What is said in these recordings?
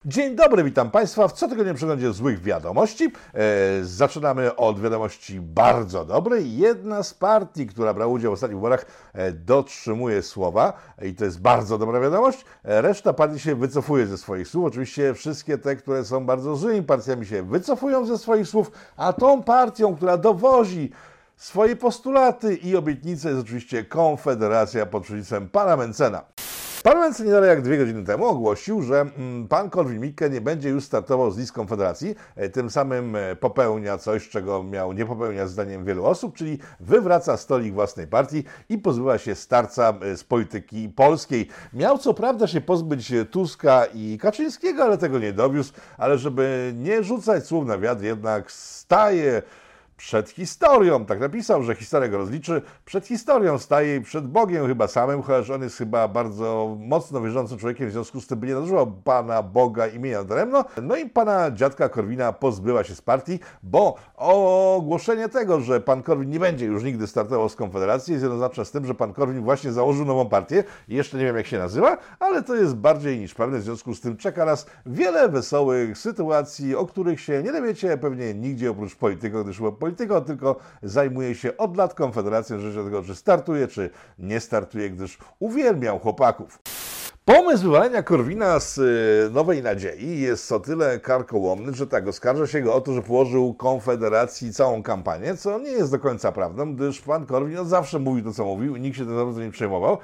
Dzień dobry, witam Państwa w cotygodniowym przeglądzie złych wiadomości. Zaczynamy od wiadomości bardzo dobrej. Jedna z partii, która brała udział w ostatnich wyborach, dotrzymuje słowa i to jest bardzo dobra wiadomość. Reszta partii się wycofuje ze swoich słów. Oczywiście wszystkie te, które są bardzo złymi partiami, się wycofują ze swoich słów, a tą partią, która dowozi swoje postulaty i obietnice, jest oczywiście Konfederacja pod przywództwem pana Mentzena. Pan Mentzen nie dalej jak 2 godziny temu ogłosił, że pan Korwin-Mikke nie będzie już startował z list Konfederacji, tym samym popełnia coś, czego miał nie popełniać zdaniem wielu osób, czyli wywraca stolik własnej partii i pozbywa się starca z polityki polskiej. Miał co prawda się pozbyć Tuska i Kaczyńskiego, ale tego nie dowiózł, ale żeby nie rzucać słów na wiatr, jednak staje przed historią, tak napisał, że historia go rozliczy, przed historią staje i przed Bogiem chyba samym, chociaż on jest chyba bardzo mocno wierzącym człowiekiem, w związku z tym by nie nadużywał Pana Boga imienia daremno. No i pana dziadka Korwina pozbyła się z partii, bo ogłoszenie tego, że pan Korwin nie będzie już nigdy startował z Konfederacji, jest jednoznaczne z tym, że pan Korwin właśnie założył nową partię. Jeszcze nie wiem, jak się nazywa, ale to jest bardziej niż pewne, w związku z tym czeka nas wiele wesołych sytuacji, o których się nie dowiecie pewnie nigdzie oprócz polityków, gdyż polityką, tylko zajmuje się od lat Konfederacją, rzecz do tego, czy startuje, czy nie startuje, gdyż uwielbiał chłopaków. Pomysł wywalenia Korwina z Nowej Nadziei jest o tyle karkołomny, że tak, oskarża się go o to, że położył Konfederacji całą kampanię, co nie jest do końca prawdą, gdyż pan Korwin zawsze mówił to, co mówił i nikt się tym nie przejmował.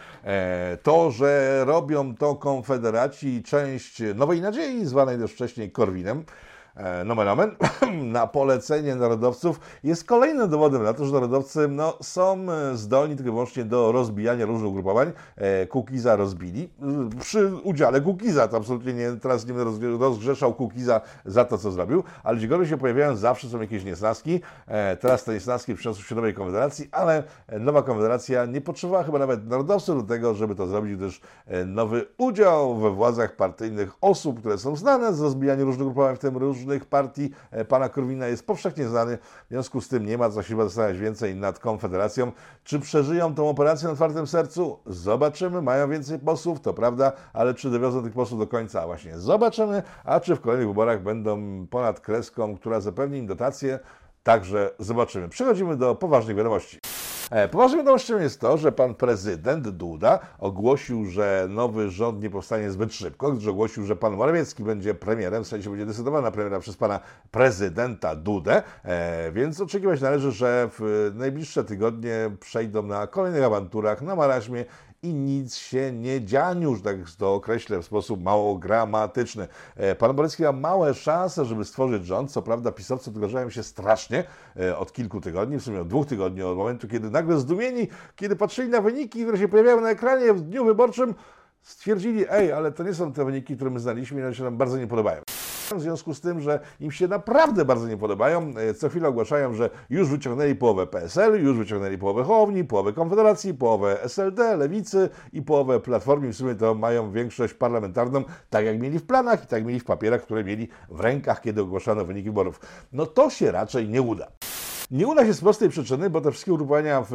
To, że robią to Konfederaci, część Nowej Nadziei, zwanej też wcześniej Korwinem, nomen omen, na polecenie narodowców, jest kolejnym dowodem na to, że narodowcy są zdolni tylko i wyłącznie do rozbijania różnych ugrupowań. Kukiza rozbili przy udziale Kukiza, to absolutnie nie, teraz nie będę rozgrzeszał Kukiza za to, co zrobił, ale gdziekolwiek się pojawiają, zawsze są jakieś niesnaski. Teraz te niesnaski przyniosły się nowej Konfederacji, ale nowa Konfederacja nie potrzebowała chyba nawet narodowców do tego, żeby to zrobić, gdyż nowy udział we władzach partyjnych osób, które są znane z rozbijania różnych ugrupowań, w tym różnych partii pana Korwina, jest powszechnie znany. W związku z tym nie ma co się chyba zastanawiać więcej nad Konfederacją. Czy przeżyją tą operację na otwartym sercu? Zobaczymy. Mają więcej posłów, to prawda, ale czy dowiozą tych posłów do końca? Właśnie zobaczymy. A czy w kolejnych wyborach będą ponad kreską, która zapewni im dotację? Także zobaczymy. Przechodzimy do poważnych wiadomości. Poważną wiadomością jest to, że pan prezydent Duda ogłosił, że nowy rząd nie powstanie zbyt szybko, gdyż ogłosił, że pan Morawiecki będzie premierem, w sensie będzie decydowany na premiera przez pana prezydenta Dudę, więc oczekiwać należy, że w najbliższe tygodnie przejdą na kolejnych awanturach, na maraźmie i nic się nie dzianiu, że tak to określę w sposób mało gramatyczny. Pan Morawiecki ma małe szanse, żeby stworzyć rząd. Co prawda pisowcy wdrażają się strasznie od kilku tygodni, w sumie od 2 tygodni, od momentu, kiedy nagle zdumieni, kiedy patrzyli na wyniki, które się pojawiały na ekranie w dniu wyborczym, stwierdzili, ale to nie są te wyniki, które my znaliśmy i one się nam bardzo nie podobają. W związku z tym, że im się naprawdę bardzo nie podobają, co chwilę ogłaszają, że już wyciągnęli połowę PSL, już wyciągnęli połowę Hołowni, połowę Konfederacji, połowę SLD, Lewicy i połowę Platformy. W sumie to mają większość parlamentarną, tak jak mieli w planach i tak jak mieli w papierach, które mieli w rękach, kiedy ogłaszano wyniki wyborów. No to się raczej nie uda. Nie uda się z prostej przyczyny, bo te wszystkie ugrupowania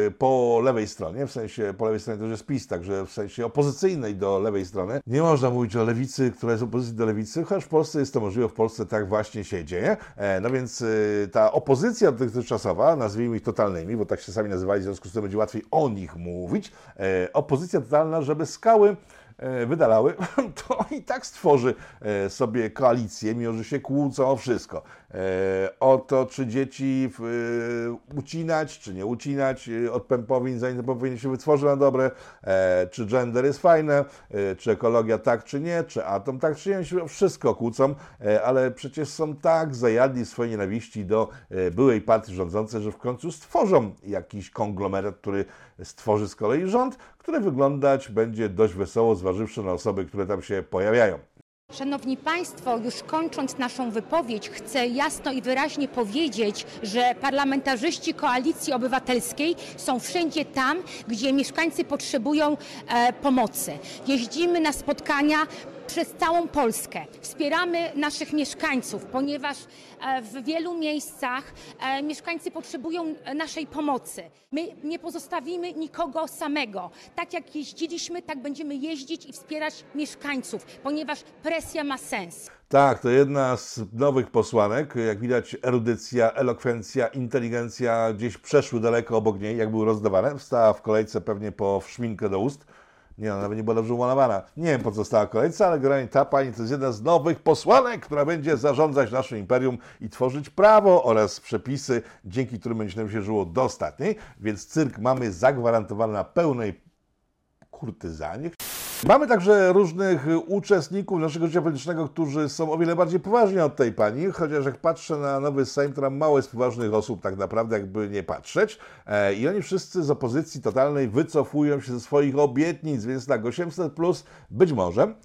po lewej stronie, w sensie po lewej stronie to już jest PiS, także w sensie opozycyjnej do lewej strony, nie można mówić o lewicy, która jest opozycji do lewicy, chociaż w Polsce jest to możliwe, w Polsce tak właśnie się dzieje. No więc ta opozycja dotychczasowa, nazwijmy ich totalnymi, bo tak się sami nazywali, w związku z tym będzie łatwiej o nich mówić, opozycja totalna, żeby skały wydalały, to i tak stworzy sobie koalicję, mimo że się kłócą o wszystko. O to, czy dzieci ucinać, czy nie ucinać od pępowin, zanim te pępowiny się wytworzy na dobre, czy gender jest fajne, czy ekologia tak, czy nie, czy atom tak, czy nie, się wszystko kłócą, ale przecież są tak zajadli swojej nienawiści do byłej partii rządzącej, że w końcu stworzą jakiś konglomerat, który stworzy z kolei rząd, który wyglądać będzie dość wesoło, zważywszy na osoby, które tam się pojawiają. Szanowni Państwo, już kończąc naszą wypowiedź, chcę jasno i wyraźnie powiedzieć, że parlamentarzyści Koalicji Obywatelskiej są wszędzie tam, gdzie mieszkańcy potrzebują pomocy. Jeździmy na spotkania przez całą Polskę. Wspieramy naszych mieszkańców, ponieważ w wielu miejscach mieszkańcy potrzebują naszej pomocy. My nie pozostawimy nikogo samego. Tak jak jeździliśmy, tak będziemy jeździć i wspierać mieszkańców, ponieważ presja ma sens. Tak, to jedna z nowych posłanek. Jak widać, erudycja, elokwencja, inteligencja gdzieś przeszły daleko obok niej, jak były rozdawane. Stała w kolejce pewnie po szminkę do ust. Nie, ona nawet nie była dobrze umalowana. Nie wiem, po co stała w kolejce, ale generalnie ta pani to jest jedna z nowych posłanek, która będzie zarządzać naszym imperium i tworzyć prawo oraz przepisy, dzięki którym będzie nam się żyło do ostatniej. Więc cyrk mamy zagwarantowany na pełnej kurtyzanie. Mamy także różnych uczestników naszego życia politycznego, którzy są o wiele bardziej poważni od tej pani, chociaż jak patrzę na nowy Sejm, to tam mało jest poważnych osób tak naprawdę, jakby nie patrzeć. I oni wszyscy z opozycji totalnej wycofują się ze swoich obietnic, więc tak 800+ być może.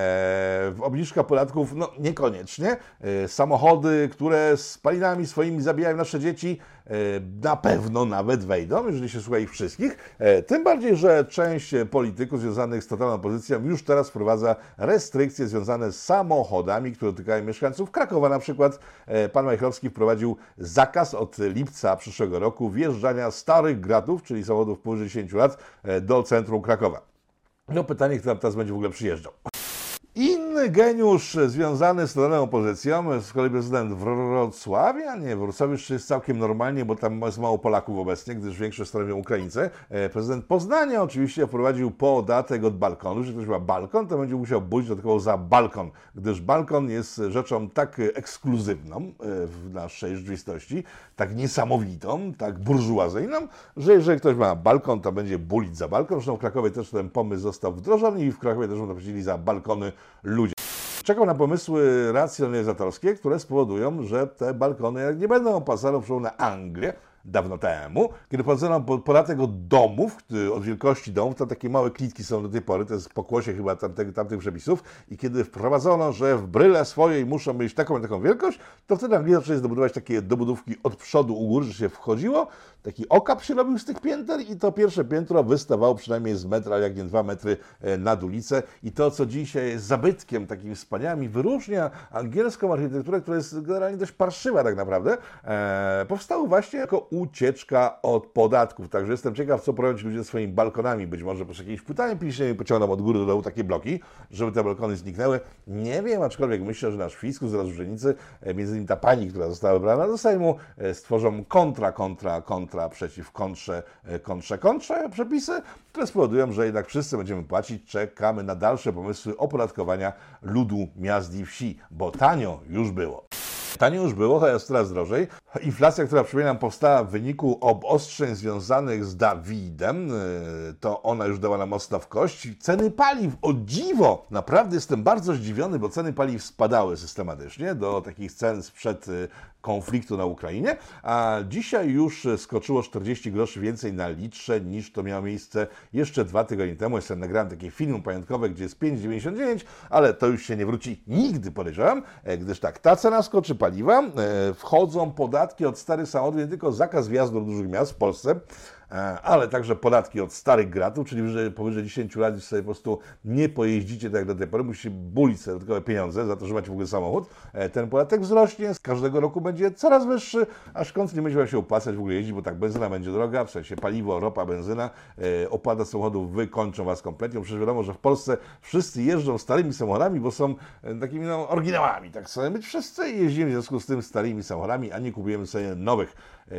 Obniżka podatków, no niekoniecznie. Samochody, które spalinami swoimi zabijają nasze dzieci, na pewno nawet wejdą, jeżeli się słucha ich wszystkich. Tym bardziej, że część polityków związanych z totalną opozycją już teraz wprowadza restrykcje związane z samochodami, które dotykają mieszkańców Krakowa. Na przykład pan Majchrowski wprowadził zakaz od lipca przyszłego roku wjeżdżania starych gratów, czyli samochodów powyżej 10 lat, do centrum Krakowa. No pytanie, kto tam teraz będzie w ogóle przyjeżdżał. Inny geniusz związany z totalną opozycją, z kolei prezydent Wrocławia, nie, Wrocław jeszcze jest całkiem normalnie, bo tam jest mało Polaków obecnie, gdyż większość stanowią Ukraińcy. Prezydent Poznania oczywiście wprowadził podatek od balkonu. Jeżeli ktoś ma balkon, to będzie musiał budzić dodatkowo za balkon, gdyż balkon jest rzeczą tak ekskluzywną w naszej rzeczywistości, tak niesamowitą, tak burżuazyjną, że jeżeli ktoś ma balkon, to będzie bulić za balkon. Zresztą w Krakowie też ten pomysł został wdrożony i w Krakowie też będą płacili za balkony ludzie. Czekam na pomysły racjonalizatorskie, które spowodują, że te balkony nie będą opłacane na Anglię dawno temu, kiedy wprowadzono podatek od domów, od wielkości domów, to takie małe klitki są do tej pory, to jest pokłosie chyba tamtych przepisów, i kiedy wprowadzono, że w bryle swojej muszą mieć taką i taką wielkość, to wtedy Anglicy zaczęli zdobywać takie dobudówki od przodu u góry, że się wchodziło, taki okap się robił z tych pięter i to pierwsze piętro wystawało przynajmniej z metra, jak nie 2 metry nad ulicę, i to, co dzisiaj jest zabytkiem takim wspaniałym i wyróżnia angielską architekturę, która jest generalnie dość parszywa tak naprawdę, powstało właśnie jako ucieczka od podatków. Także jestem ciekaw, co porobią ci ludzie swoimi balkonami. Być może po jakimś płytami pilśnymi pociągną od góry do dołu takie bloki, żeby te balkony zniknęły. Nie wiem, aczkolwiek myślę, że nasz fiskus, zaraz urzędnicy, między innymi ta pani, która została wybrana do Sejmu, stworzą kontra przeciw kontrze przepisy, które spowodują, że jednak wszyscy będziemy płacić. Czekamy na dalsze pomysły opodatkowania ludu, miast i wsi, bo tanio już było. Tanio już było, to jest coraz drożej. Inflacja, która przypominam powstała w wyniku obostrzeń związanych z Dawidem, to ona już dała nam mocno w kość. Ceny paliw, o dziwo, naprawdę jestem bardzo zdziwiony, bo ceny paliw spadały systematycznie do takich cen sprzed konfliktu na Ukrainie, a dzisiaj już skoczyło 40 groszy więcej na litrze niż to miało miejsce jeszcze 2 tygodnie temu. Ja sobie nagrałem takie filmy pamiątkowe, gdzie jest 5,99, ale to już się nie wróci nigdy, podejrzewam, gdyż tak, ta cena skoczy paliwa, wchodzą podatki od starych samochodów, nie tylko zakaz wjazdu do dużych miast w Polsce, ale także podatki od starych gratów, czyli że powyżej 10 lat już sobie po prostu nie pojeździcie tak jak do tej pory, musicie bulić sobie dodatkowe pieniądze za to, że macie w ogóle samochód. Ten podatek wzrośnie, z każdego roku będzie coraz wyższy, aż w końcu nie będzie wam się opłacać w ogóle jeździć, bo tak, benzyna będzie droga, w sensie paliwo, ropa, benzyna, opłata samochodów wykończą was kompletnie. Przecież wiadomo, że w Polsce wszyscy jeżdżą starymi samochodami, bo są takimi oryginałami, tak chcemy być wszyscy i jeździmy w związku z tym starymi samochodami, a nie kupujemy sobie nowych.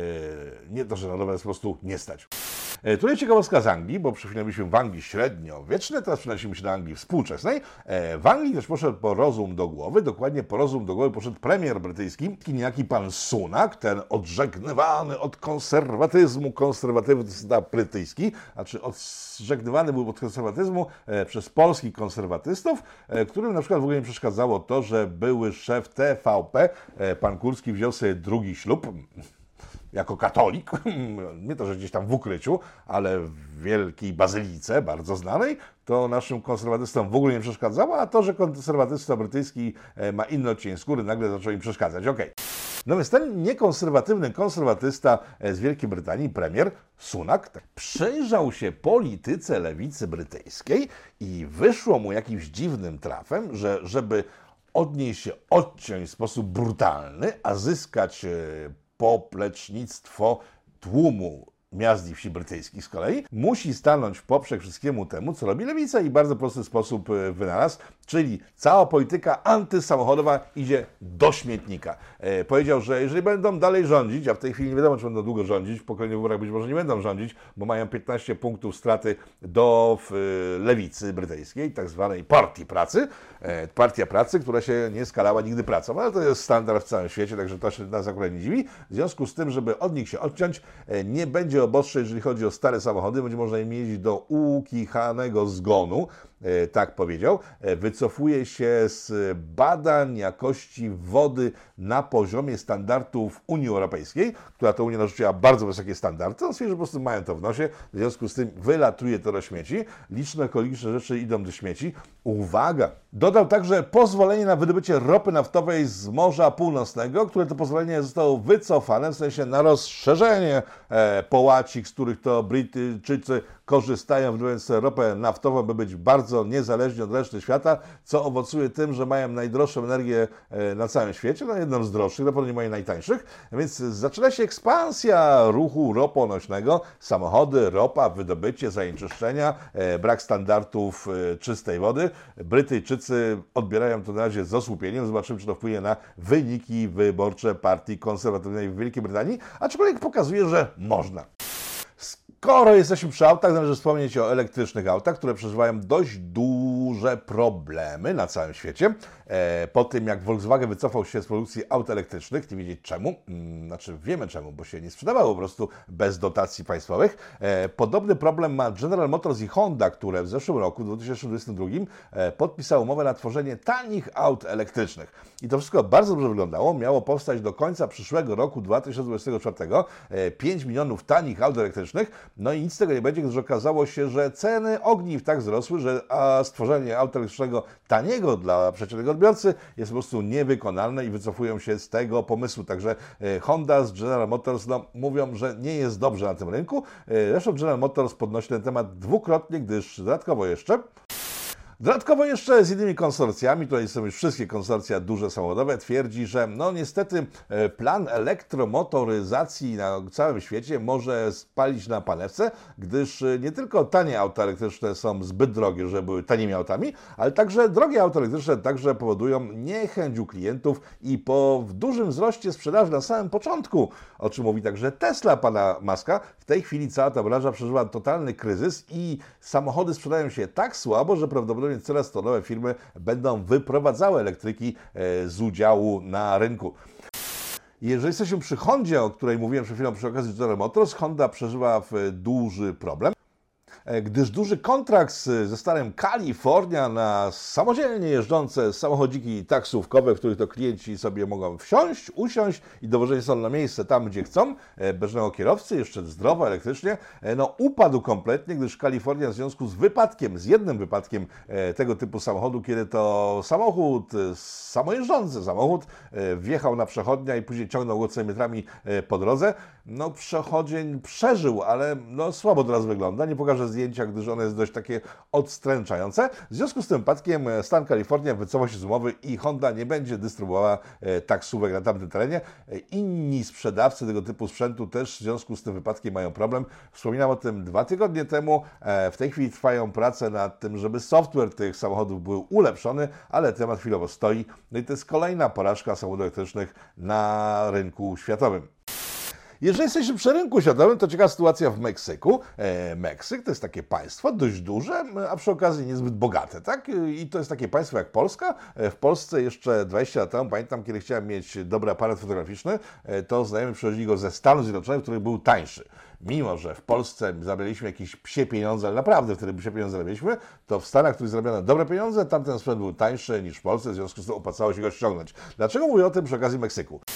Nie to, że na nowe po prostu nie stać. Tutaj ciekawostka z Anglii, bo przed chwilą byliśmy w Anglii średniowiecznej, teraz przenosimy się do Anglii współczesnej. W Anglii też poszedł po rozum do głowy, dokładnie po rozum do głowy poszedł premier brytyjski, niejaki pan Sunak, ten odżegnywany od konserwatyzmu, konserwatywista brytyjski, znaczy odżegnywany był od konserwatyzmu przez polskich konserwatystów, którym na przykład w ogóle nie przeszkadzało to, że były szef TVP, pan Kurski, wziął sobie drugi ślub. jako katolik, nie to, że gdzieś tam w ukryciu, ale w wielkiej bazylice, bardzo znanej, to naszym konserwatystom w ogóle nie przeszkadzało, a to, że konserwatysta brytyjski ma inny odcień skóry, nagle zaczął im przeszkadzać. Okej. No więc ten niekonserwatywny konserwatysta z Wielkiej Brytanii, premier Sunak, przyjrzał się polityce lewicy brytyjskiej i wyszło mu jakimś dziwnym trafem, że żeby od niej się odciąć w sposób brutalny, a zyskać poplecznictwo tłumu miast i wsi brytyjskich z kolei, musi stanąć w poprzek wszystkiemu temu, co robi lewica i w bardzo prosty sposób wynalazł, czyli cała polityka antysamochodowa idzie do śmietnika. Powiedział, że jeżeli będą dalej rządzić, a w tej chwili nie wiadomo, czy będą długo rządzić, w kolejnych wyborach być może nie będą rządzić, bo mają 15 punktów straty do lewicy brytyjskiej, tak zwanej partii pracy, partia pracy, która się nie skalała nigdy pracą, ale to jest standard w całym świecie, także to się nas akurat nie dziwi. W związku z tym, żeby od nich się odciąć, nie będzie obostrzeń, jeżeli chodzi o stare samochody, będzie można im jeździć do ukichanego zgonu, tak powiedział. Wycofuje się z badań jakości wody na poziomie standardów Unii Europejskiej, która to Unia narzuciła bardzo wysokie standardy. On stwierdził, że po prostu mają to w nosie, w związku z tym wylatuje to do śmieci. Liczne ekologiczne rzeczy idą do śmieci. Uwaga! Dodał także pozwolenie na wydobycie ropy naftowej z Morza Północnego, które to pozwolenie zostało wycofane, w sensie na rozszerzenie połacik, z których to Brytyjczycy korzystają, wydobywając ropę naftową, by być bardzo niezależni od reszty świata, co owocuje tym, że mają najdroższą energię na całym świecie, no jedną z droższych, na pewno nie mają najtańszych, więc zaczyna się ekspansja ruchu roponośnego, samochody, ropa, wydobycie, zanieczyszczenia, brak standardów czystej wody. Brytyjczycy odbierają to na razie z osłupieniem, zobaczymy, czy to wpłynie na wyniki wyborcze partii konserwatywnej w Wielkiej Brytanii, aczkolwiek pokazuje, że można. Skoro jesteśmy przy autach, należy wspomnieć o elektrycznych autach, które przeżywają dość duże problemy na całym świecie. Po tym, jak Volkswagen wycofał się z produkcji aut elektrycznych, nie wiedzieć czemu, znaczy wiemy czemu, bo się nie sprzedawało po prostu bez dotacji państwowych. Podobny problem ma General Motors i Honda, które w zeszłym roku, w 2022, podpisały umowę na tworzenie tanich aut elektrycznych. I to wszystko bardzo dobrze wyglądało. Miało powstać do końca przyszłego roku 2024 5 milionów tanich aut elektrycznych. No i nic z tego nie będzie, gdyż okazało się, że ceny ogniw tak wzrosły, że stworzenie auta elektrycznego taniego dla przeciętnego odbiorcy jest po prostu niewykonalne i wycofują się z tego pomysłu. Także Honda z General Motors mówią, że nie jest dobrze na tym rynku. Zresztą General Motors podnosi ten temat dwukrotnie, gdyż Dodatkowo jeszcze z innymi konsorcjami, tutaj są już wszystkie konsorcja duże samochodowe, twierdzi, że no niestety plan elektromotoryzacji na całym świecie może spalić na panewce, gdyż nie tylko tanie auta elektryczne są zbyt drogie, żeby były tanimi autami, ale także drogie auta elektryczne także powodują niechęć u klientów i po dużym wzroście sprzedaży na samym początku, o czym mówi także Tesla pana Muska, w tej chwili cała ta branża przeżywa totalny kryzys i samochody sprzedają się tak słabo, że prawdopodobnie coraz to nowe firmy będą wyprowadzały elektryki z udziału na rynku. Jeżeli jesteśmy przy Hondzie, o której mówiłem przed chwilą przy okazji General Motors, Honda przeżywa duży problem, gdyż duży kontrakt ze stanem Kalifornia na samodzielnie jeżdżące samochodziki taksówkowe, w których to klienci sobie mogą wsiąść, usiąść i dowożeni są na miejsce tam, gdzie chcą, bez żadnego kierowcy, jeszcze zdrowo, elektrycznie, no upadł kompletnie, gdyż Kalifornia w związku z jednym wypadkiem tego typu samochodu, kiedy to samojeżdżący samochód wjechał na przechodnia i później ciągnął go całymi metrami po drodze, no przechodzień przeżył, ale no słabo teraz wygląda, nie pokażę zdjęcia, gdyż ono jest dość takie odstręczające. W związku z tym wypadkiem stan Kalifornia wycofał się z umowy i Honda nie będzie dystrybuowała taksówek na tamtym terenie. Inni sprzedawcy tego typu sprzętu też w związku z tym wypadkiem mają problem. Wspominałem o tym 2 tygodnie temu. W tej chwili trwają prace nad tym, żeby software tych samochodów był ulepszony, ale temat chwilowo stoi. No i to jest kolejna porażka samochodów elektrycznych na rynku światowym. Jeżeli jesteśmy przy rynku światowym, to ciekawa sytuacja w Meksyku. Meksyk to jest takie państwo dość duże, a przy okazji niezbyt bogate, tak? I to jest takie państwo jak Polska. W Polsce jeszcze 20 lat temu, pamiętam, kiedy chciałem mieć dobry aparat fotograficzny, to znajomi przywozili go ze Stanów Zjednoczonych, który był tańszy. Mimo że w Polsce zarabialiśmy jakieś psie pieniądze, ale naprawdę wtedy psie pieniądze zarabialiśmy, to w Stanach, w których zarabiano dobre pieniądze, tamten sprzęt był tańszy niż w Polsce, w związku z tym opłacało się go ściągnąć. Dlaczego mówię o tym przy okazji Meksyku?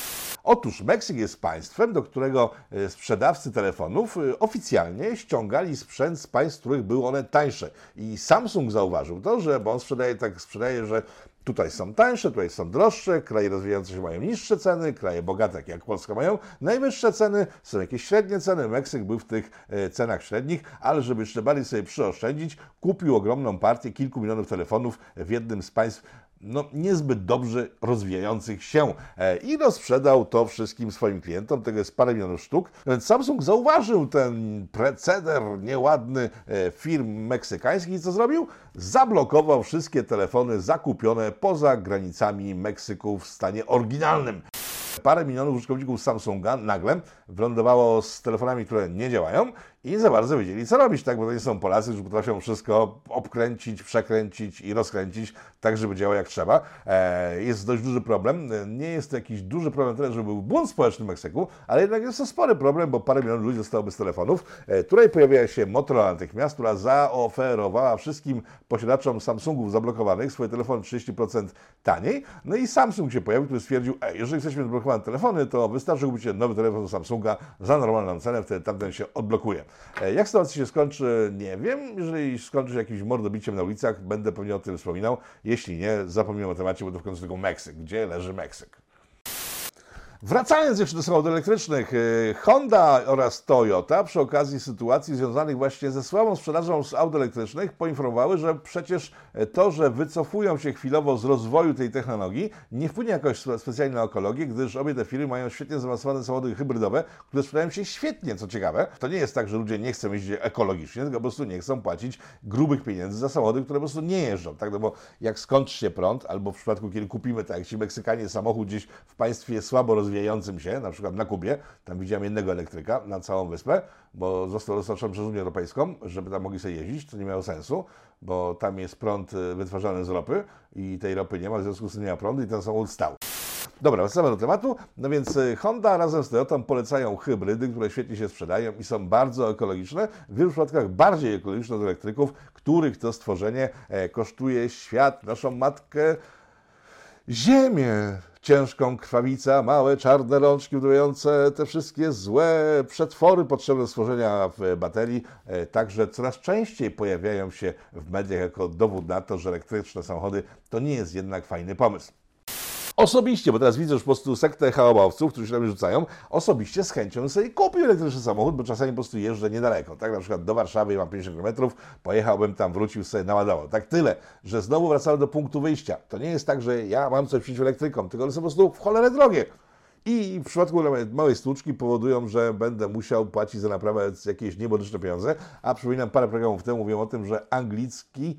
Otóż Meksyk jest państwem, do którego sprzedawcy telefonów oficjalnie ściągali sprzęt z państw, w których były one tańsze. I Samsung zauważył to, bo on sprzedaje, że tutaj są tańsze, tutaj są droższe, kraje rozwijające się mają niższe ceny, kraje bogate, takie jak Polska, mają najwyższe ceny, są jakieś średnie ceny. Meksyk był w tych cenach średnich, ale żeby jeszcze bardziej sobie przyoszczędzić, kupił ogromną partię kilku milionów telefonów w jednym z państw niezbyt dobrze rozwijających się i rozsprzedał to wszystkim swoim klientom, tego jest parę milionów sztuk. Więc Samsung zauważył ten proceder nieładny firm meksykańskich i co zrobił? Zablokował wszystkie telefony zakupione poza granicami Meksyku w stanie oryginalnym. Parę milionów użytkowników Samsunga nagle wylądowało z telefonami, które nie działają i nie za bardzo wiedzieli, co robić, tak? Bo to nie są Polacy, którzy potrafią wszystko obkręcić, przekręcić i rozkręcić tak, żeby działało jak trzeba. Jest dość duży problem. Nie jest to jakiś duży problem tyle, żeby był bunt społeczny w Meksyku, ale jednak jest to spory problem, bo parę milionów ludzi zostało bez telefonów. Tutaj pojawiła się Motorola natychmiast, która zaoferowała wszystkim posiadaczom Samsungów zablokowanych swoje telefony 30% taniej. No i Samsung się pojawił, który stwierdził, jeżeli chcecie mieć zablokowane telefony, to wystarczy kupić nowy telefon do Samsunga za normalną cenę, wtedy tamten się odblokuje. Jak sytuacja się skończy, nie wiem. Jeżeli skończy się jakimś mordobiciem na ulicach, będę pewnie o tym wspominał. Jeśli nie, zapomnę o temacie, bo to w końcu tylko Meksyk. Gdzie leży Meksyk? Wracając jeszcze do samochodów elektrycznych, Honda oraz Toyota przy okazji sytuacji związanych właśnie ze słabą sprzedażą z aut elektrycznych poinformowały, że przecież to, że wycofują się chwilowo z rozwoju tej technologii, nie wpłynie jakoś specjalnie na ekologię, gdyż obie te firmy mają świetnie zaawansowane samochody hybrydowe, które sprzedają się świetnie, co ciekawe. To nie jest tak, że ludzie nie chcą jeździć ekologicznie, tylko po prostu nie chcą płacić grubych pieniędzy za samochody, które po prostu nie jeżdżą. Tak? No bo jak skończy się prąd, albo w przypadku, kiedy kupimy, tak jak ci Meksykanie, samochód gdzieś w państwie słabo rozwijającym się, na przykład na Kubie, tam widziałem jednego elektryka na całą wyspę, bo został dostarczony przez Unię Europejską, żeby tam mogli sobie jeździć, to nie miało sensu, bo tam jest prąd wytwarzany z ropy i tej ropy nie ma, w związku z tym nie ma prądu i ten samochód stał. Dobra, wracamy do tematu. No więc Honda razem z Toyotą polecają hybrydy, które świetnie się sprzedają i są bardzo ekologiczne, w wielu przypadkach bardziej ekologiczne od elektryków, których to stworzenie kosztuje świat, naszą matkę, Ziemię. Ciężką krwawica, małe czarne rączki budujące te wszystkie złe przetwory potrzebne do stworzenia baterii. Także coraz częściej pojawiają się w mediach jako dowód na to, że elektryczne samochody to nie jest jednak fajny pomysł. Osobiście, bo teraz widzę już po prostu sektę chałabowców, którzy się na mnie rzucają, osobiście z chęcią sobie kupił elektryczny samochód, bo czasami po prostu jeżdżę niedaleko. Tak, na przykład do Warszawy mam 50 km, pojechałbym tam, wrócił sobie, naładował. Tak tyle, że znowu wracamy do punktu wyjścia. To nie jest tak, że ja mam coś przeciw elektrykom, tylko one są po prostu w cholerę drogie. I w przypadku małej stłuczki powodują, że będę musiał płacić za naprawę jakieś niebotyczne pieniądze. A przypominam, parę programów temu mówiłem o tym, że angielki,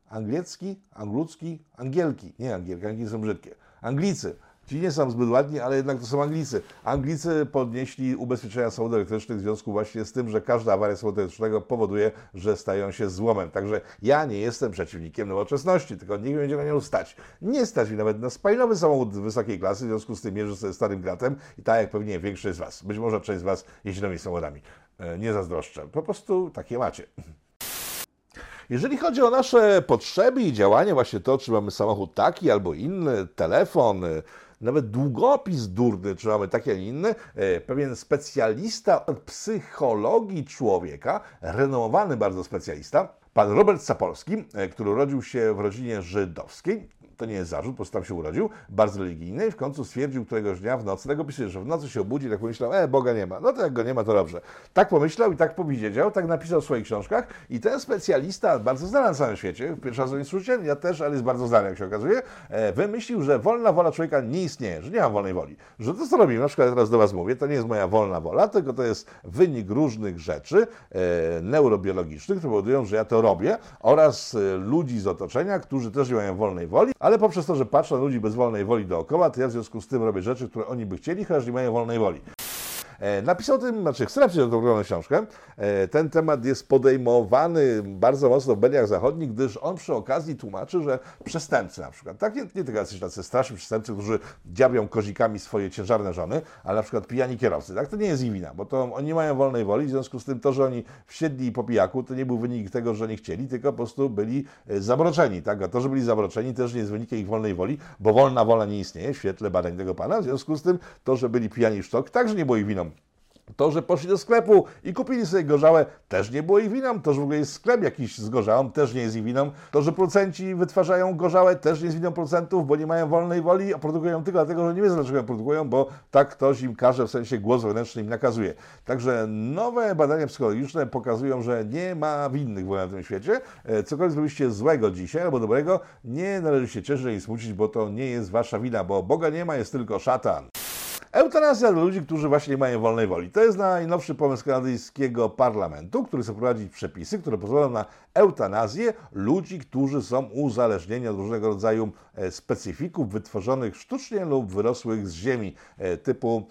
Angielki są brzydkie. Anglicy, ci nie są zbyt ładni, ale jednak to są Anglicy. Anglicy podnieśli ubezpieczenia samochodów elektrycznych w związku właśnie z tym, że każda awaria samochodu elektrycznego powoduje, że stają się złomem. Także ja nie jestem przeciwnikiem nowoczesności, tylko nikt będzie na nią stać. Nie stać mi nawet na spalinowy samochód wysokiej klasy, w związku z tym jeżdżę sobie starym gratem i tak jak pewnie większość z Was. Być może część z Was jeździ nowymi samochodami. Nie zazdroszczę. Po prostu takie macie. Jeżeli chodzi o nasze potrzeby i działania, właśnie to, czy mamy samochód taki albo inny, telefon, nawet długopis durny, czy mamy taki, a nie inny, pewien specjalista od psychologii człowieka, renomowany bardzo specjalista, pan Robert Sapolsky, który urodził się w rodzinie żydowskiej, to nie jest zarzut, po prostu tam się urodził, bardzo religijny i w końcu stwierdził któregoś dnia w nocy, tego pisuje, że w nocy się obudzi i tak pomyślał, Boga nie ma. No to jak go nie ma, to dobrze. Tak pomyślał i tak powiedział, tak napisał w swoich książkach i ten specjalista, bardzo znany na całym świecie, pierwszy raz o nim słyszałem, ja też, ale jest bardzo znany, jak się okazuje, wymyślił, że wolna wola człowieka nie istnieje, że nie ma wolnej woli. Że to, co robimy, na przykład teraz do Was mówię, to nie jest moja wolna wola, tylko to jest wynik różnych rzeczy neurobiologicznych, które powodują, że ja to robię oraz ludzi z otoczenia, którzy też nie mają wolnej woli, ale poprzez to, że patrzę na ludzi bez wolnej woli dookoła, to ja w związku z tym robię rzeczy, które oni by chcieli, chociaż nie mają wolnej woli. Napisał o tym, chce napisać o tą książkę. Ten temat jest podejmowany bardzo mocno w mediach zachodnich, gdyż on przy okazji tłumaczy, że przestępcy na przykład, tak, nie tylko jacyś tacy straszni przestępcy, którzy dziabią kozikami swoje ciężarne żony, ale na przykład pijani kierowcy, tak, to nie jest ich wina, bo to oni nie mają wolnej woli, w związku z tym to, że oni wsiedli po pijaku, to nie był wynik tego, że nie chcieli, tylko po prostu byli zamroczeni, tak, a to, że byli zamroczeni, też nie jest wynikiem ich wolnej woli, bo wolna wola nie istnieje w świetle badań tego pana, w związku z tym to, że byli pijani w sztok, także nie było ich winą. To, że poszli do sklepu i kupili sobie gorzałe, też nie było ich winą. To, że w ogóle jest sklep jakiś z gorzałą, też nie jest ich winą. To, że producenci wytwarzają gorzałe, też nie jest winą producentów, bo nie mają wolnej woli, a produkują tylko dlatego, że nie wiedzą, dlaczego produkują, bo tak ktoś im każe, w sensie głos wewnętrzny im nakazuje. Także nowe badania psychologiczne pokazują, że nie ma winnych w tym świecie. Cokolwiek zrobiliście złego dzisiaj albo dobrego, nie należy się cieszyć i smucić, bo to nie jest wasza wina, bo Boga nie ma, jest tylko szatan. Eutanazja dla ludzi, którzy właśnie nie mają wolnej woli. To jest najnowszy pomysł kanadyjskiego parlamentu, który chce wprowadzić przepisy, które pozwolą na eutanazję ludzi, którzy są uzależnieni od różnego rodzaju specyfików wytworzonych sztucznie lub wyrosłych z ziemi, typu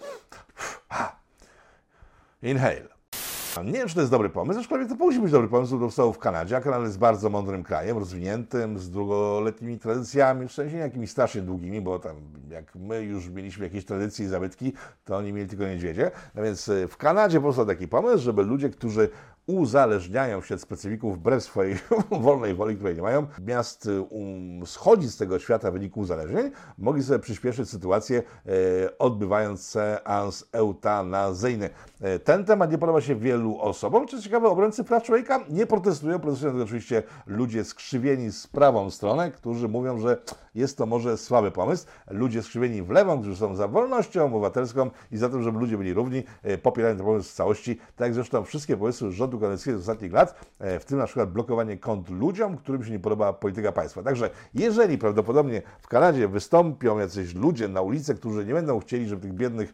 inhale. Nie wiem, czy to jest dobry pomysł, aczkolwiek to musi być dobry pomysł, bo powstał w Kanadzie, a Kanada jest bardzo mądrym krajem, rozwiniętym, z długoletnimi tradycjami, w sensie nie jakimiś strasznie długimi, bo tam jak my już mieliśmy jakieś tradycje i zabytki, to oni mieli tylko niedźwiedzie. No więc w Kanadzie powstał taki pomysł, żeby ludzie, którzy uzależniają się od specyfików wbrew swojej wolnej woli, której nie mają, zamiast schodzić z tego świata w wyniku uzależnień, mogli sobie przyspieszyć sytuację, odbywając seans eutanazyjny. Ten temat nie podoba się wielu osobom. Co ciekawe, obrońcy praw człowieka nie protestują oczywiście ludzie skrzywieni z prawą stronę, którzy mówią, że jest to może słaby pomysł. Ludzie skrzywieni w lewą, którzy są za wolnością obywatelską i za tym, żeby ludzie byli równi, popierają ten pomysł w całości. Tak jak zresztą wszystkie pomysły rządu kanadyjskiego z ostatnich lat, w tym na przykład blokowanie kont ludziom, którym się nie podoba polityka państwa. Także jeżeli prawdopodobnie w Kanadzie wystąpią jacyś ludzie na ulicę, którzy nie będą chcieli, żeby tych biednych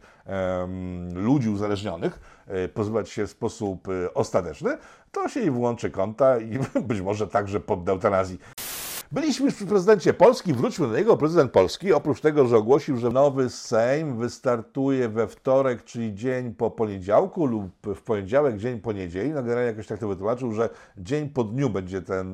ludzi uzależnionych pozbywać się w sposób ostateczny, to się jej włączy konta i być może także podda eutanazji. Byliśmy już przy prezydencie Polski, wróćmy do niego. Prezydent Polski, oprócz tego, że ogłosił, że nowy Sejm wystartuje we wtorek, czyli dzień po poniedziałku lub w poniedziałek, dzień po niedzieli, no generalnie jakoś tak to wytłumaczył, że dzień po dniu będzie ten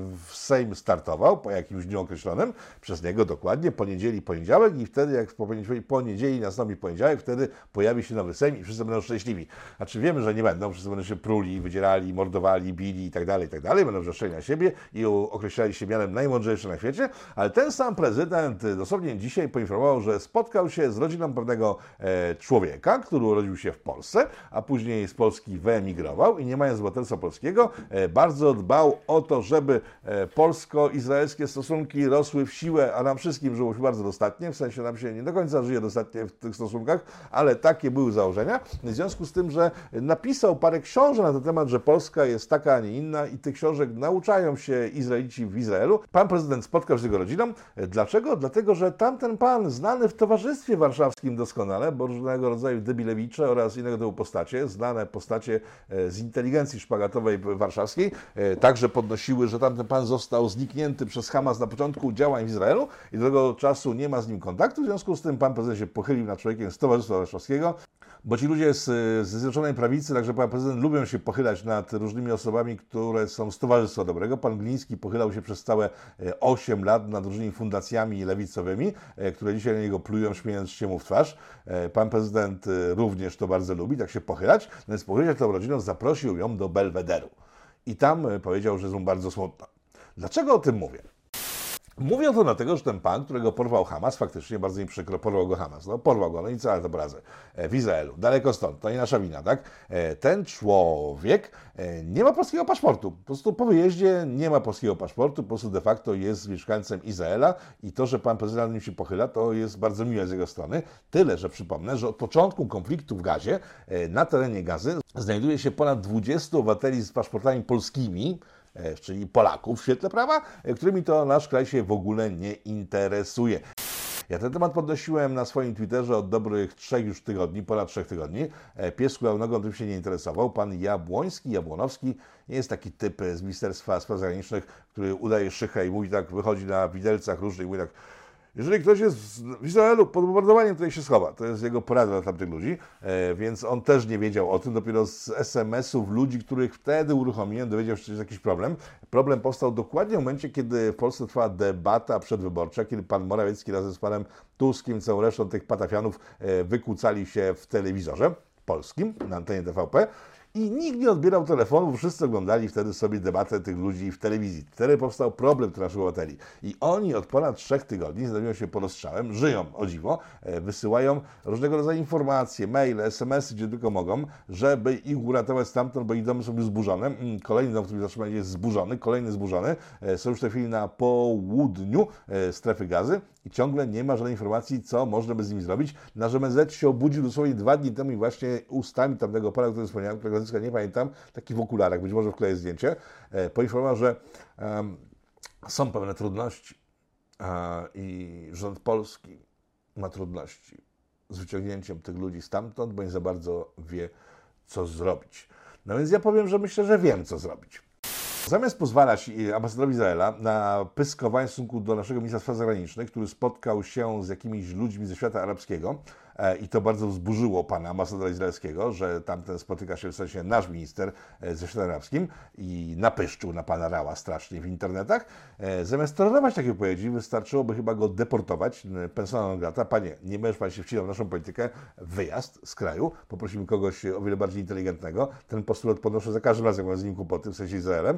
Sejm startował, po jakimś dniu określonym, przez niego dokładnie, poniedziałek i wtedy jak po niedzieli nastąpi poniedziałek, wtedy pojawi się nowy Sejm i wszyscy będą szczęśliwi. Znaczy wiemy, że nie będą, wszyscy będą się pruli, wydzierali, mordowali, bili i tak dalej, będą wrzeszczeli na siebie i określali się mianem najmądrzejszy na świecie, ale ten sam prezydent dosłownie dzisiaj poinformował, że spotkał się z rodziną pewnego człowieka, który urodził się w Polsce, a później z Polski wyemigrował i nie mając obywatelstwa polskiego, bardzo dbał o to, żeby polsko-izraelskie stosunki rosły w siłę, a nam wszystkim żyło się bardzo dostatnie, w sensie nam się nie do końca żyje dostatnie w tych stosunkach, ale takie były założenia. W związku z tym, że napisał parę książek na ten temat, że Polska jest taka, a nie inna i tych książek nauczają się Izraelici w Izraelu. Pan prezydent spotkał się z jego rodziną. Dlaczego? Dlatego, że tamten pan, znany w towarzystwie warszawskim doskonale, bo różnego rodzaju debilewicze oraz innego typu postacie, znane postacie z inteligencji szpagatowej warszawskiej, także podnosiły, że tamten pan został zniknięty przez Hamas na początku działań w Izraelu i do tego czasu nie ma z nim kontaktu. W związku z tym pan prezydent się pochylił nad człowiekiem z Towarzystwa Warszawskiego, bo ci ludzie z Zjednoczonej Prawicy, także pan prezydent, lubią się pochylać nad różnymi osobami, które są z Towarzystwa Dobrego. Pan Gliński pochylał się przez całe 8 lat nad różnymi fundacjami lewicowymi, które dzisiaj na niego plują, śmiejąc się mu w twarz. Pan prezydent również to bardzo lubi, tak się pochylać. Więc pochylać tą rodziną, zaprosił ją do Belwederu. I tam powiedział, że jest mu bardzo smutno. Dlaczego o tym mówię? Mówię o to dlatego, że ten pan, którego porwał Hamas, faktycznie bardzo mi przykro, porwał go Hamas. No, porwał go, no i co, ale to obrazy. W Izraelu, daleko stąd, to nie nasza wina, tak? Ten człowiek nie ma polskiego paszportu. Po prostu po wyjeździe nie ma polskiego paszportu, po prostu de facto jest mieszkańcem Izraela i to, że pan prezydent na nim się pochyla, to jest bardzo miłe z jego strony. Tyle, że przypomnę, że od początku konfliktu w Gazie, na terenie Gazy, znajduje się ponad 20 obywateli z paszportami polskimi, czyli Polaków w świetle prawa, którymi to nasz kraj się w ogóle nie interesuje. Ja ten temat podnosiłem na swoim Twitterze od dobrych 3 już tygodni, ponad 3 tygodni. Pies hulajnogą tym się nie interesował. Pan Jabłonowski jest taki typ z Ministerstwa Spraw Zagranicznych, który udaje szychę i mówi tak, wychodzi na widelcach różnych i mówi tak: Jeżeli ktoś jest w Izraelu pod bombardowaniem, to się schowa. To jest jego porada dla tamtych ludzi, więc on też nie wiedział o tym. Dopiero z SMS-ów ludzi, których wtedy uruchomiłem, dowiedział się, że jest jakiś problem. Problem powstał dokładnie w momencie, kiedy w Polsce trwała debata przedwyborcza, kiedy pan Morawiecki razem z panem Tuskiem, całą resztą tych patafianów wykłócali się w telewizorze polskim, na antenie TVP. I nikt nie odbierał telefonów, wszyscy oglądali wtedy sobie debatę tych ludzi w telewizji. Wtedy powstał problem dla naszych obywateli. I oni od ponad 3 tygodni znajdują się pod ostrzałem, żyją o dziwo, wysyłają różnego rodzaju informacje, maile, SMS-y, gdzie tylko mogą, żeby ich uratować stamtąd, bo ich domy są już zburzone. Kolejny dom, który zatrzymali, jest zburzony, kolejny zburzony. Są już w tej chwili na południu strefy Gazy i ciągle nie ma żadnej informacji, co można by z nimi zrobić. Nasz MSZ się obudził dosłownie 2 dni temu i właśnie ustami tamtego pana, który wspomniałem, którego nazwiska nie pamiętam, taki w okularach, być może wkleję zdjęcie, poinformował, że są pewne trudności i rząd polski ma trudności z wyciągnięciem tych ludzi stamtąd, bo nie za bardzo wie, co zrobić. No więc ja powiem, że myślę, że wiem, co zrobić. Zamiast pozwalać ambasadorowi Izraela na pyskowanie w stosunku do naszego ministra spraw zagranicznych, który spotkał się z jakimiś ludźmi ze świata arabskiego, i to bardzo wzburzyło pana ambasadora izraelskiego, że tamten spotyka się w sensie nasz minister ze światem arabskim i napyszczył na pana Rała strasznie w internetach. Zamiast tolerować takie wypowiedzi, wystarczyłoby chyba go deportować, persona non grata. Panie, nie będziesz pan się wcinał w naszą politykę, wyjazd z kraju, poprosimy kogoś o wiele bardziej inteligentnego. Ten postulat podnoszę za każdym razem, jak mam z nim kłopoty, w sensie Izraelem.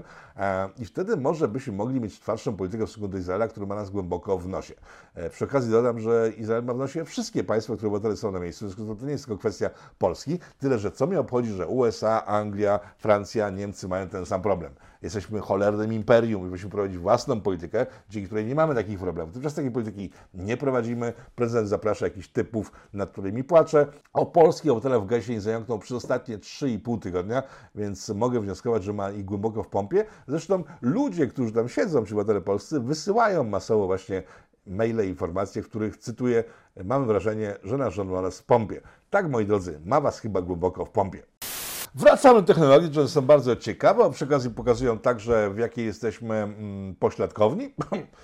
I wtedy może byśmy mogli mieć twardszą politykę w stosunku do Izraela, który ma nas głęboko w nosie. Przy okazji dodam, że Izrael ma w nosie wszystkie państwa, które obywatele są na miejscu. W związku z tym to nie jest tylko kwestia Polski, tyle że co mnie obchodzi, że USA, Anglia, Francja, Niemcy mają ten sam problem. Jesteśmy cholernym imperium i musimy prowadzić własną politykę, dzięki której nie mamy takich problemów. Tymczasem takiej polityki nie prowadzimy. Prezydent zaprasza jakichś typów, nad którymi płaczę. O polskich obywatelach w Gazie nie zająknął przez ostatnie 3,5 tygodnia, więc mogę wnioskować, że ma ich głęboko w pompie. Zresztą ludzie, którzy tam siedzą, ci obywatele polscy, wysyłają masowo właśnie maile, informacje, w których, cytuję, mamy wrażenie, że nasz rząd ma nas w pompie. Tak, moi drodzy, ma was chyba głęboko w pompie. Wracamy do technologii, które są bardzo ciekawe, a przy okazji pokazują także, w jakiej jesteśmy pośladkowni.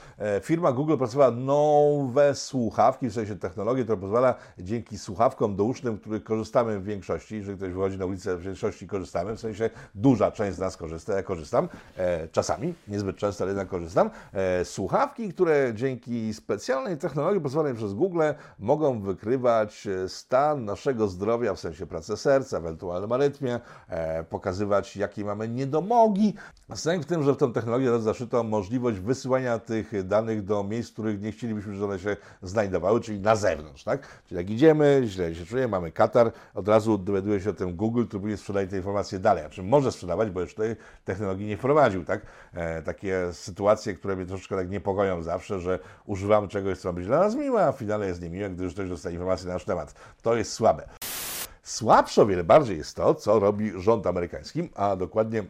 Firma Google pracowała nowe słuchawki, w sensie technologię, która pozwala dzięki słuchawkom dousznym, których korzystamy w większości, jeżeli ktoś wychodzi na ulicę, w większości korzystamy, w sensie duża część z nas korzysta, ja korzystam, czasami, niezbyt często, ale jednak korzystam. Słuchawki, które dzięki specjalnej technologii pozwolonej przez Google mogą wykrywać stan naszego zdrowia, w sensie pracę serca, ewentualną arytmię, pokazywać, jakie mamy niedomogi. Sens w tym, że w tę technologię zaszyto możliwość wysyłania tych danych do miejsc, w których nie chcielibyśmy, żeby one się znajdowały, czyli na zewnątrz, tak? Czyli jak idziemy, źle się czujemy, mamy katar, od razu dowiaduje się o tym Google, który później sprzedaje te informacje dalej. A czym może sprzedawać, bo już tej technologii nie wprowadził, tak? Takie sytuacje, które mnie troszeczkę tak niepokoją zawsze, że używamy czegoś, co ma być dla nas miłe, a w finale jest niemiłe, gdy już ktoś dostaje informacje na nasz temat. To jest słabe. Słabsze o wiele bardziej jest to, co robi rząd amerykański, a dokładnie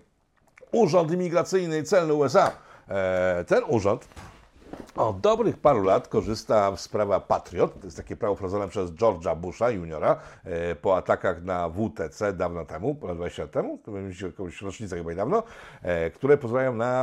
Urząd Imigracyjny i Celny USA. Ten urząd od dobrych paru lat korzysta z prawa Patriot. To jest takie prawo wprowadzone przez George'a Busha juniora po atakach na WTC dawno temu, ponad 20 lat temu, to będzie jakąś rocznicę chyba niedawno, które pozwalają na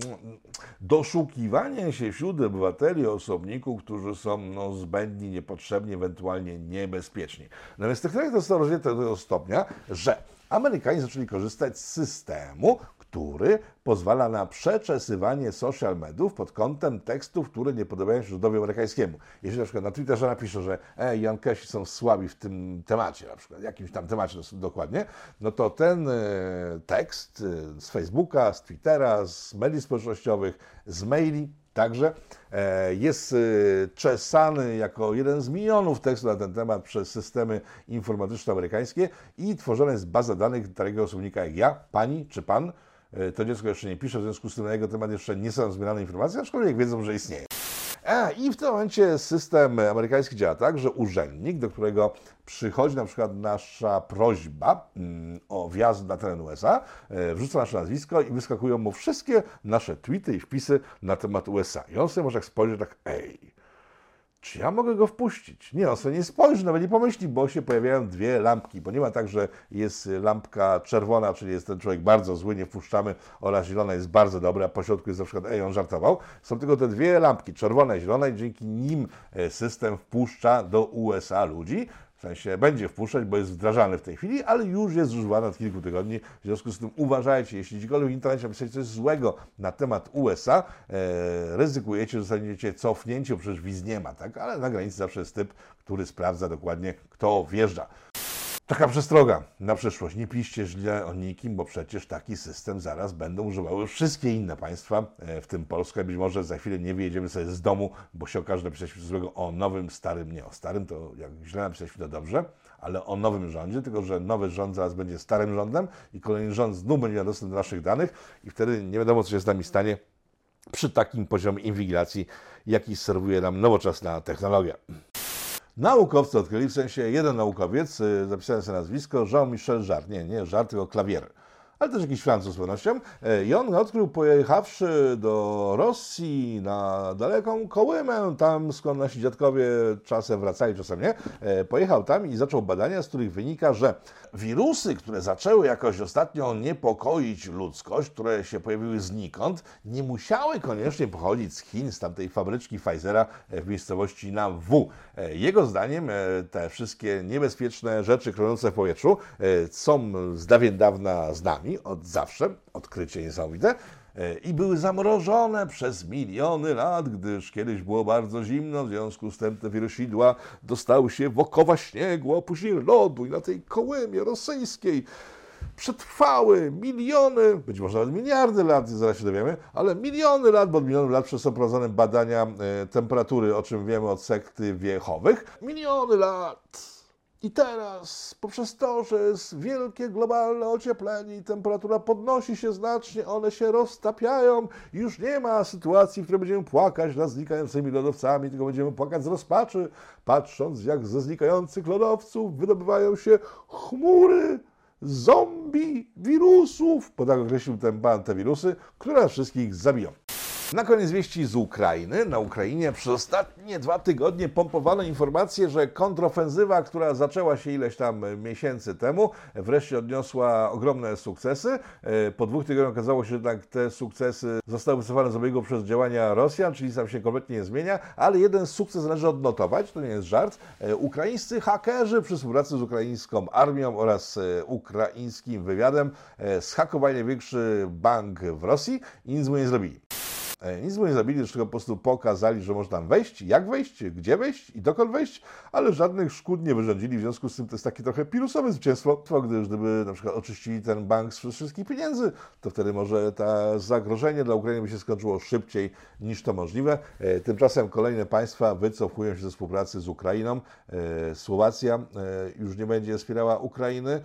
doszukiwanie się wśród obywateli osobników, którzy są zbędni, niepotrzebni, ewentualnie niebezpieczni. Natomiast technologia to została rozwinięta do tego stopnia, że Amerykanie zaczęli korzystać z systemu, który pozwala na przeczesywanie social mediów pod kątem tekstów, które nie podobają się rządowi amerykańskiemu. Jeżeli na przykład na Twitterze napiszę, że Jankesi są słabi w tym temacie, na przykład jakimś tam temacie dokładnie, no to ten tekst z Facebooka, z Twittera, z mediów społecznościowych, z maili także jest czesany jako jeden z milionów tekstów na ten temat przez systemy informatyczne amerykańskie i tworzona jest baza danych takiego osobnika jak ja, pani czy pan. To dziecko jeszcze nie pisze, w związku z tym na jego temat jeszcze nie są zbierane informacje, aczkolwiek wiedzą, że istnieje. I w tym momencie system amerykański działa tak, że urzędnik, do którego przychodzi na przykład nasza prośba o wjazd na teren USA, wrzuca nasze nazwisko i wyskakują mu wszystkie nasze tweety i wpisy na temat USA. I on sobie może tak spojrzeć tak, czy ja mogę go wpuścić? Nie, on sobie nie spojrzy, nawet nie pomyśli, bo się pojawiają dwie lampki, bo nie ma tak, że jest lampka czerwona, czyli jest ten człowiek bardzo zły, nie wpuszczamy, oraz zielona jest bardzo dobra, a po środku jest na przykład, on żartował. Są tylko te dwie lampki, czerwona i zielona, i dzięki nim system wpuszcza do USA ludzi. W sensie będzie wpuszczać, bo jest wdrażany w tej chwili, ale już jest zużywany od kilku tygodni. W związku z tym uważajcie, jeśli gdziekolwiek w internecie napisać coś złego na temat USA, ryzykujecie, że zostaniecie cofnięci, bo przecież wiz nie ma, tak? Ale na granicy zawsze jest typ, który sprawdza dokładnie, kto wjeżdża. Taka przestroga na przyszłość. Nie piszcie źle o nikim, bo przecież taki system zaraz będą używały wszystkie inne państwa, w tym Polska. Być może za chwilę nie wyjedziemy sobie z domu, bo się okaże, że napisaliśmy coś złego o nowym, starym. Nie, o starym to jak źle napisaliśmy, to dobrze, ale o nowym rządzie, tylko że nowy rząd zaraz będzie starym rządem i kolejny rząd znów będzie miał dostęp do naszych danych i wtedy nie wiadomo, co się z nami stanie przy takim poziomie inwigilacji, jaki serwuje nam nowoczesna technologia. Naukowcy odkryli, w sensie jeden naukowiec, zapisałem sobie nazwisko, Jean-Michel Jarre, nie Jarre, tylko Clavier, ale też jakiś Francuz z pewnością. I on odkrył, pojechawszy do Rosji na daleką Kołymę, tam skąd nasi dziadkowie czasem wracali, czasem nie, pojechał tam i zaczął badania, z których wynika, że wirusy, które zaczęły jakoś ostatnio niepokoić ludzkość, które się pojawiły znikąd, nie musiały koniecznie pochodzić z Chin, z tamtej fabryczki Pfizera w miejscowości na W. Jego zdaniem te wszystkie niebezpieczne rzeczy krążące w powietrzu są z dawien dawna z nami, od zawsze, odkrycie niesamowite, i były zamrożone przez miliony lat, gdyż kiedyś było bardzo zimno, w związku z tym te wirusidła dostały się w okowa śniegu, a później lodu i na tej Kołymie rosyjskiej przetrwały miliony, być może nawet miliardy lat, zaraz się dowiemy, ale miliony lat, bo od milionów lat są prowadzone badania temperatury, o czym wiemy od sekty Jehowych. Miliony lat. I teraz, poprzez to, że jest wielkie globalne ocieplenie i temperatura podnosi się znacznie, one się roztapiają, już nie ma sytuacji, w której będziemy płakać nad znikającymi lodowcami, tylko będziemy płakać z rozpaczy, patrząc, jak ze znikających lodowców wydobywają się chmury zombie wirusów, bo tak określił ten pan te wirusy, które nas wszystkich zabiją. Na koniec wieści z Ukrainy. Na Ukrainie przez ostatnie 2 tygodnie pompowano informacje, że kontrofensywa, która zaczęła się ileś tam miesięcy temu, wreszcie odniosła ogromne sukcesy. Po 2 tygodniach okazało się, że jednak te sukcesy zostały wycofane z obiegu przez działania Rosjan, czyli tam się kompletnie nie zmienia, ale jeden sukces należy odnotować, to nie jest żart. Ukraińscy hakerzy przy współpracy z ukraińską armią oraz ukraińskim wywiadem zhakowali największy bank w Rosji i nic mu nie zrobili. Nic mu nie zabili, tylko po prostu pokazali, że można tam wejść, jak wejść, gdzie wejść i dokąd wejść, ale żadnych szkód nie wyrządzili, w związku z tym to jest takie trochę pirusowe zwycięstwo, gdyż gdyby na przykład oczyścili ten bank z wszystkich pieniędzy, to wtedy może to zagrożenie dla Ukrainy by się skończyło szybciej niż to możliwe. Tymczasem kolejne państwa wycofują się ze współpracy z Ukrainą. Słowacja już nie będzie wspierała Ukrainy.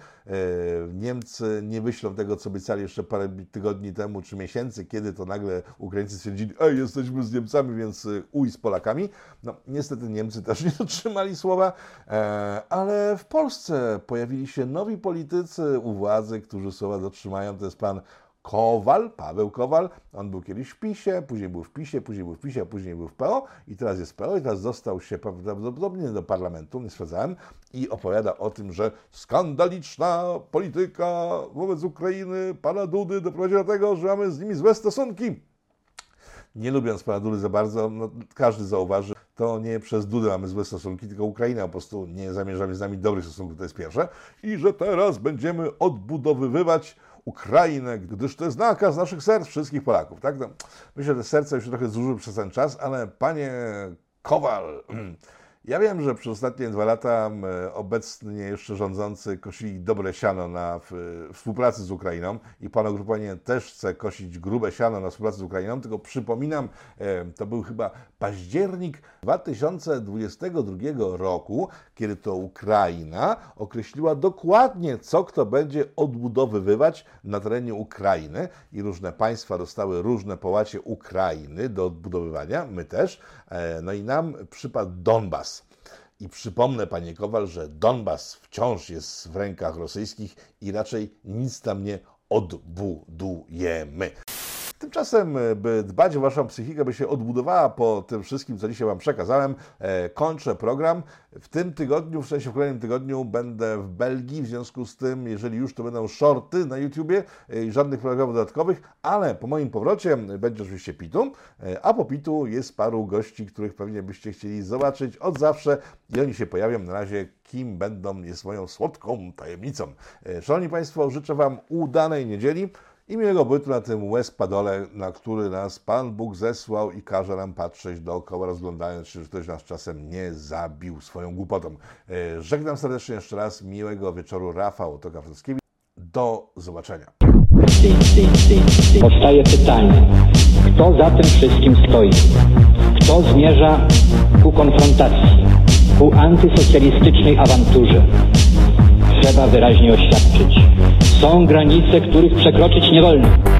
Niemcy nie wyślą tego, co obiecali jeszcze parę tygodni temu, czy miesięcy, kiedy to nagle Ukraińcy stwierdzili, jesteśmy z Niemcami, więc z Polakami. No, niestety Niemcy też nie dotrzymali słowa, ale w Polsce pojawili się nowi politycy u władzy, którzy słowa dotrzymają. To jest pan Kowal, Paweł Kowal. On był kiedyś w PiS-ie, później był w PiS-ie, później był w PiS-ie, a później był w PO i teraz jest w PO i teraz dostał się prawdopodobnie do parlamentu, nie sprawdzałem, i opowiada o tym, że skandaliczna polityka wobec Ukrainy pana Dudy doprowadziła do tego, że mamy z nimi złe stosunki. Nie lubiąc pana Dudy za bardzo, każdy zauważy, to nie przez Dudę mamy złe stosunki, tylko Ukraina po prostu nie zamierza mieć z nami dobrych stosunków, to jest pierwsze. I że teraz będziemy odbudowywać Ukrainę, gdyż to jest nakaz naszych serc, wszystkich Polaków. Tak? No, myślę, że serca już trochę zużyły przez ten czas, ale panie Kowal, ja wiem, że przez ostatnie 2 lata obecnie jeszcze rządzący kosili dobre siano na współpracy z Ukrainą i pan ugrupowanie też chce kosić grube siano na współpracy z Ukrainą, tylko przypominam, to był chyba październik 2022 roku, kiedy to Ukraina określiła dokładnie, co kto będzie odbudowywać na terenie Ukrainy i różne państwa dostały różne połacie Ukrainy do odbudowywania, my też, no i nam przypadł Donbas. I przypomnę, panie Kowal, że Donbas wciąż jest w rękach rosyjskich i raczej nic tam nie odbudujemy. Tymczasem, by dbać o Waszą psychikę, by się odbudowała po tym wszystkim, co dzisiaj Wam przekazałem, kończę program. W tym tygodniu, w sensie w kolejnym tygodniu będę w Belgii, w związku z tym, jeżeli już, to będą shorty na YouTubie i żadnych programów dodatkowych, ale po moim powrocie będzie oczywiście Pitu, a po Pitu jest paru gości, których pewnie byście chcieli zobaczyć od zawsze i oni się pojawią. Na razie kim będą, jest moją słodką tajemnicą. Szanowni Państwo, życzę Wam udanej niedzieli i miłego bytu na tym łez-padole, na który nas Pan Bóg zesłał i każe nam patrzeć dookoła, rozglądając się, czy ktoś nas czasem nie zabił swoją głupotą. Żegnam serdecznie jeszcze raz, miłego wieczoru, Rafał Tokarczewski. Do zobaczenia. Powstaje pytanie, kto za tym wszystkim stoi? Kto zmierza ku konfrontacji, ku antysocjalistycznej awanturze? Trzeba wyraźnie oświadczyć. Są granice, których przekroczyć nie wolno.